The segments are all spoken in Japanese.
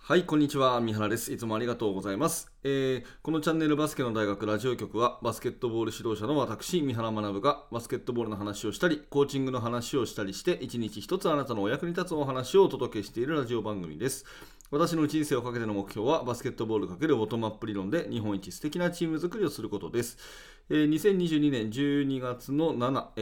はい、こんにちは。三原です。いつもありがとうございます。このチャンネルバスケの大学ラジオ局は、バスケットボール指導者の私、三原学がバスケットボールの話をしたり、コーチングの話をしたりして、一日一つあなたのお役に立つお話をお届けしているラジオ番組です。私の人生をかけての目標は、バスケットボール×ボトムアップ理論で日本一素敵なチーム作りをすることです。2022年12月の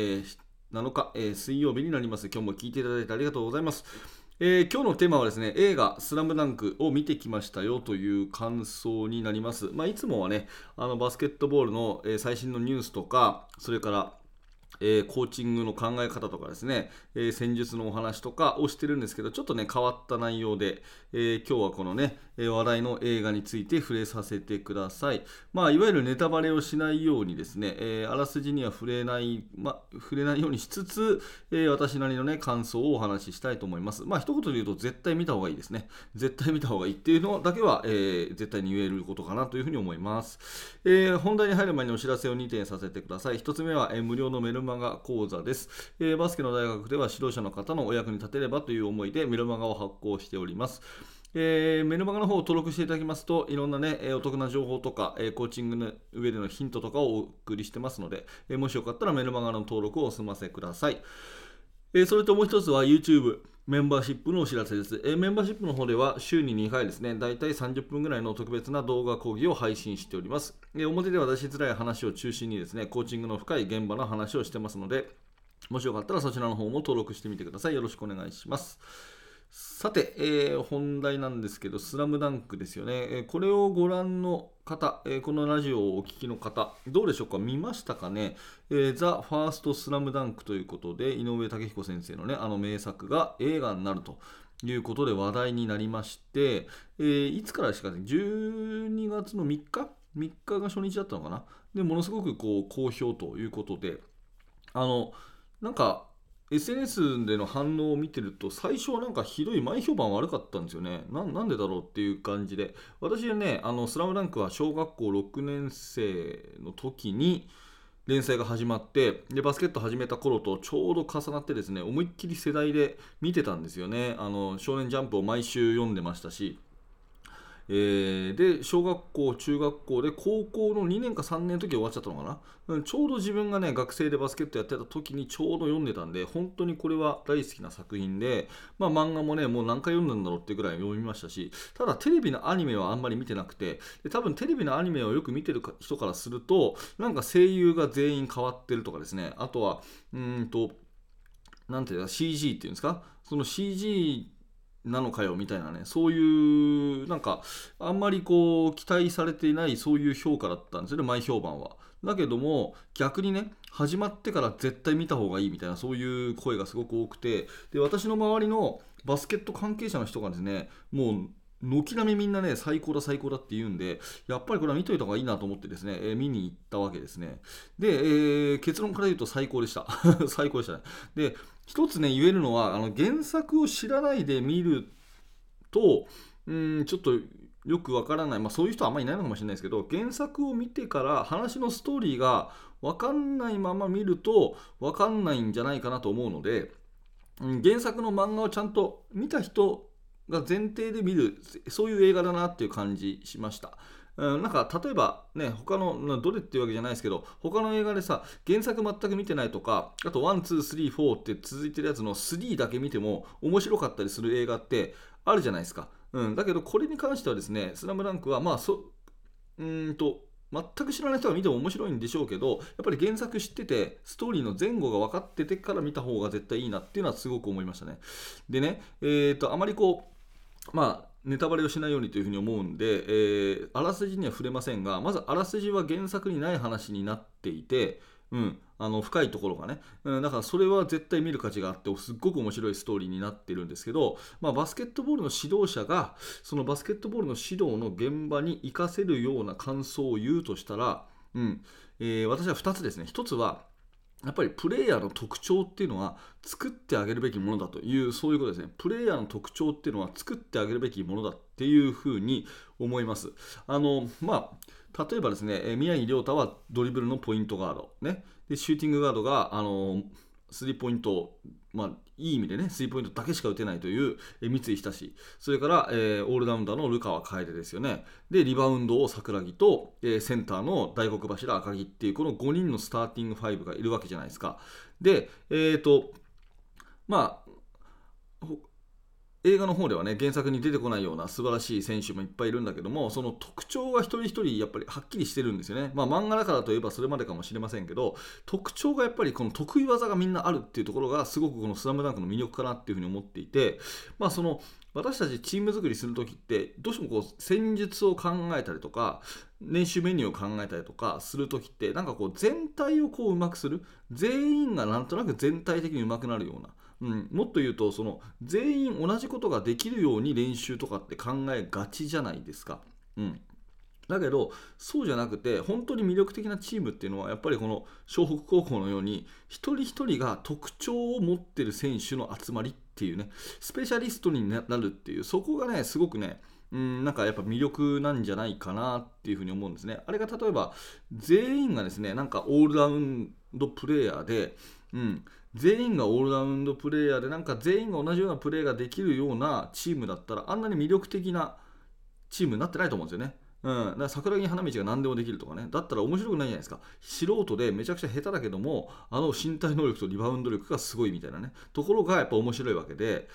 7日、水曜日になります。今日も聞いていただいてありがとうございます。今日のテーマはですね、映画スラムダンクを見てきましたよという感想になります。いつもはね、バスケットボールの、最新のニュースとか、それからコーチングの考え方とかですね、戦術のお話とかをしてるんですけど、ちょっとね変わった内容で、今日はこのね、話題の映画について触れさせてください。いわゆるネタバレをしないようにですね、あらすじには触れない、触れないようにしつつ、私なりのね感想をお話ししたいと思います。一言で言うと絶対見た方がいいですね。絶対見た方がいいっていうのだけは、絶対に言えることかなというふうに思います。本題に入る前にお知らせを2点させてください。1つ目は、無料のメルマガ講座です。バスケの大学では指導者の方のお役に立てればという思いでメルマガを発行しております。メルマガの方を登録していただきますと、いろんなね、お得な情報とか、コーチングの上でのヒントとかをお送りしてますので、もしよかったらメルマガの登録をお済ませください。それともう一つは YouTube メンバーシップのお知らせです。メンバーシップの方では週に2回ですね、だいたい30分ぐらいの特別な動画講義を配信しております。表では出しづらい話を中心にですね、コーチングの深い現場の話をしてますので、もしよかったらそちらの方も登録してみてください。よろしくお願いします。さて、本題なんですけど、スラムダンクですよね。これをご覧の方、このラジオをお聞きの方、どうでしょうか、見ましたかね。ザ・ファースト・スラムダンクということで、井上武彦先生のね、あの名作が映画になるということで話題になりまして、いつからですかね、12月の3日が初日だったのかな。で、ものすごく好評ということで、あの、なんか、SNS での反応を見てると、最初はなんかひどい前評判悪かったんですよね。なんでだろうっていう感じで。私はね、スラムダンクは小学校6年生の時に連載が始まって、で、バスケット始めた頃とちょうど重なってですね、思いっきり世代で見てたんですよね。少年ジャンプを毎週読んでましたし、で小学校、中学校で高校の2年か3年の時終わっちゃったのかな、ちょうど自分がね学生でバスケットやってた時にちょうど読んでたんで、本当にこれは大好きな作品で、漫画もねもう何回読んだんだろうっていうぐらい読みましたし、ただテレビのアニメはあんまり見てなくて、で多分テレビのアニメをよく見てる人からすると、なんか声優が全員変わってるとかですね、あとはなんていうか CG っていうんですか、その CG なのかよみたいなね、そういうなんかあんまり期待されていない、そういう評価だったんですよね、前評判は。だけども逆にね、始まってから絶対見た方がいいみたいな、そういう声がすごく多くて、で私の周りのバスケット関係者の人がですね、もう軒並みみんなね最高だ最高だって言うんで、やっぱりこれは見といた方がいいなと思ってですね、見に行ったわけですね。で、結論から言うと最高でした最高でしたね。で、一つね言えるのは、原作を知らないで見ると、ちょっとよくわからない、そういう人はあんまりいないのかもしれないですけど、原作を見てから話のストーリーがわかんないまま見るとわかんないんじゃないかなと思うので、原作の漫画をちゃんと見た人が前提で見る、そういう映画だなっていう感じしました。なんか例えばね、他のどれっていうわけじゃないですけど、他の映画でさ、原作全く見てないとか、あと1、2、3、4って続いてるやつの3だけ見ても面白かったりする映画ってあるじゃないですか。だけどこれに関してはですね、スラムダンクは全く知らない人が見ても面白いんでしょうけど、やっぱり原作知っててストーリーの前後が分かっててから見た方が絶対いいなっていうのはすごく思いましたね。でね、あまりネタバレをしないようにというふうに思うんで、あらすじには触れませんが、まずあらすじは原作にない話になっていて、深いところがね、だからそれは絶対見る価値があって、すっごく面白いストーリーになってるんですけど、バスケットボールの指導者がそのバスケットボールの指導の現場に活かせるような感想を言うとしたら、私は2つですね。1つはやっぱりプレイヤーの特徴っていうのは作ってあげるべきものだという、そういうことですね。プレイヤーの特徴っていうのは作ってあげるべきものだっていうふうに思います。例えばですね、宮城亮太はドリブルのポイントガード、ね、でシューティングガードがスリーポイント、いい意味でね、スリーポイントだけしか打てないという三井日志、それから、オールラウンダーの流川楓ですよね。で、リバウンドを桜木と、センターの大黒柱赤木っていう、この5人のスターティング5がいるわけじゃないですか。で、映画の方ではね、原作に出てこないような素晴らしい選手もいっぱいいるんだけども、その特徴が一人一人やっぱりはっきりしてるんですよね。漫画だからといえばそれまでかもしれませんけど、特徴がやっぱりこの得意技がみんなあるっていうところがすごくこのスラムダンクの魅力かなっていうふうに思っていて、その私たちチーム作りするときってどうしてもこう戦術を考えたりとか練習メニューを考えたりとかするときってなんかこう全体をこう上手くする、全員がなんとなく全体的に上手くなるような、もっと言うとその全員同じことができるように練習とかって考えがちじゃないですか。だけどそうじゃなくて本当に魅力的なチームっていうのはやっぱりこの湘北高校のように一人一人が特徴を持ってる選手の集まりっていうね、スペシャリストになるっていう、そこがねすごくねなんかやっぱ魅力なんじゃないかなっていうふうに思うんですね。あれが例えば全員がですねなんかオールラウンドプレーヤーで、全員がオールラウンドプレーヤーでなんか全員が同じようなプレーができるようなチームだったらあんなに魅力的なチームになってないと思うんですよね。だから桜木花道が何でもできるとかね、だったら面白くないじゃないですか。素人でめちゃくちゃ下手だけども身体能力とリバウンド力がすごいみたいなねところがやっぱ面白いわけで、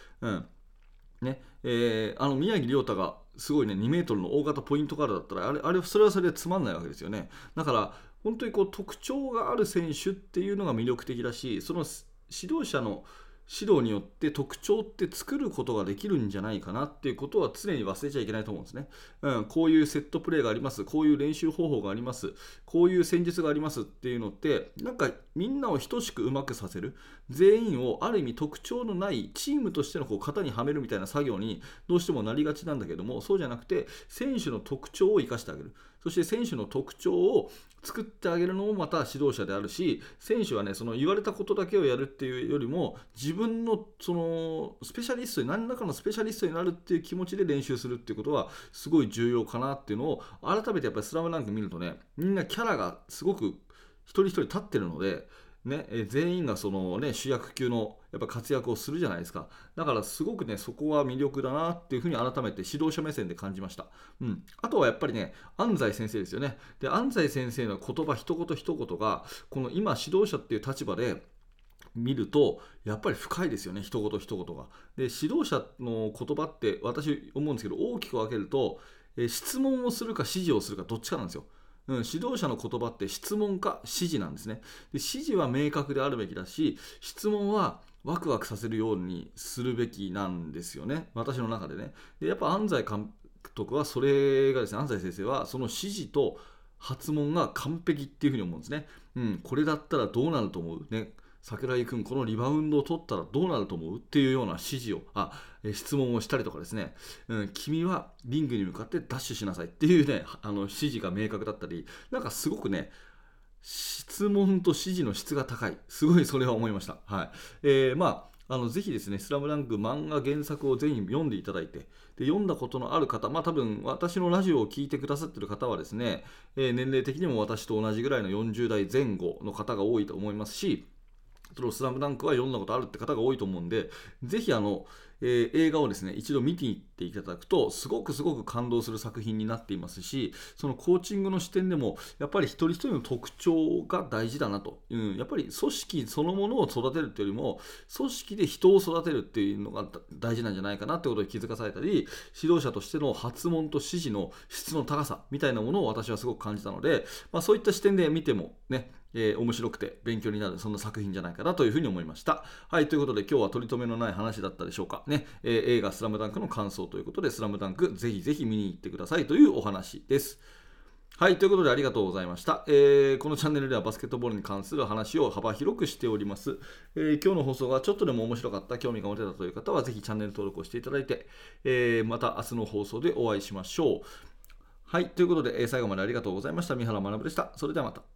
宮城亮太がすごいね2メートルの大型ポイントガードだったらそれはそれでつまんないわけですよね。だから本当にこう特徴がある選手っていうのが魅力的だし、その指導者の指導によって特徴って作ることができるんじゃないかなっていうことは常に忘れちゃいけないと思うんですね。こういうセットプレーがあります、こういう練習方法があります、こういう戦術がありますっていうのってなんかみんなを等しくうまくさせる、全員をある意味特徴のないチームとしてのこう型にはめるみたいな作業にどうしてもなりがちなんだけども、そうじゃなくて選手の特徴を生かしてあげる、そして選手の特徴を作ってあげるのもまた指導者であるし、選手はねその言われたことだけをやるっていうよりも自分のそのスペシャリストに何らかのスペシャリストになるっていう気持ちで練習するっていうことはすごい重要かなっていうのを改めてやっぱりスラムダンク見るとね、みんなキャラがすごく一人一人立ってるので全員がその、主役級のやっぱ活躍をするじゃないですか。だからすごくねそこは魅力だなっていうふうに改めて指導者目線で感じました。あとはやっぱりね安西先生ですよね。で安西先生の言葉一言一言がこの今指導者っていう立場で見るとやっぱり深いですよね、一言一言が。で指導者の言葉って私思うんですけど大きく分けると、質問をするか指示をするかどっちかなんですよ。指導者の言葉って質問か指示なんですね。で指示は明確であるべきだし、質問はワクワクさせるようにするべきなんですよね、私の中でね。でやっぱ安西監督はそれがですね、安西先生はその指示と発問が完璧っていうふうに思うんですね。これだったらどうなると思うね、桜井君このリバウンドを取ったらどうなると思うっていうような指示を質問をしたりとかですね、君はリングに向かってダッシュしなさいっていうね指示が明確だったり、なんかすごくね質問と指示の質が高い、すごいそれは思いました。ぜひですね、スラムダンク漫画原作をぜひ読んでいただいて、で読んだことのある方、多分私のラジオを聞いてくださっている方はですね、年齢的にも私と同じぐらいの40代前後の方が多いと思いますし、そのスラムダンクは読んだことあるって方が多いと思うんで、ぜひ映画をですね一度見ていっていただくとすごく感動する作品になっていますし、そのコーチングの視点でもやっぱり一人一人の特徴が大事だなと、やっぱり組織そのものを育てるというよりも組織で人を育てるっていうのが大事なんじゃないかなってことに気づかされたり、指導者としての発問と指示の質の高さみたいなものを私はすごく感じたので、そういった視点で見てもね面白くて勉強になるそんな作品じゃないかなというふうに思いました。はい、ということで今日は取り留めのない話だったでしょうかね。映画スラムダンクの感想ということで、スラムダンクぜひぜひ見に行ってくださいというお話です。はい、ということでありがとうございました。このチャンネルではバスケットボールに関する話を幅広くしております。今日の放送がちょっとでも面白かった、興味が持てたという方はぜひチャンネル登録をしていただいて、また明日の放送でお会いしましょう。はい、ということで、最後までありがとうございました。三原学でした。それではまた。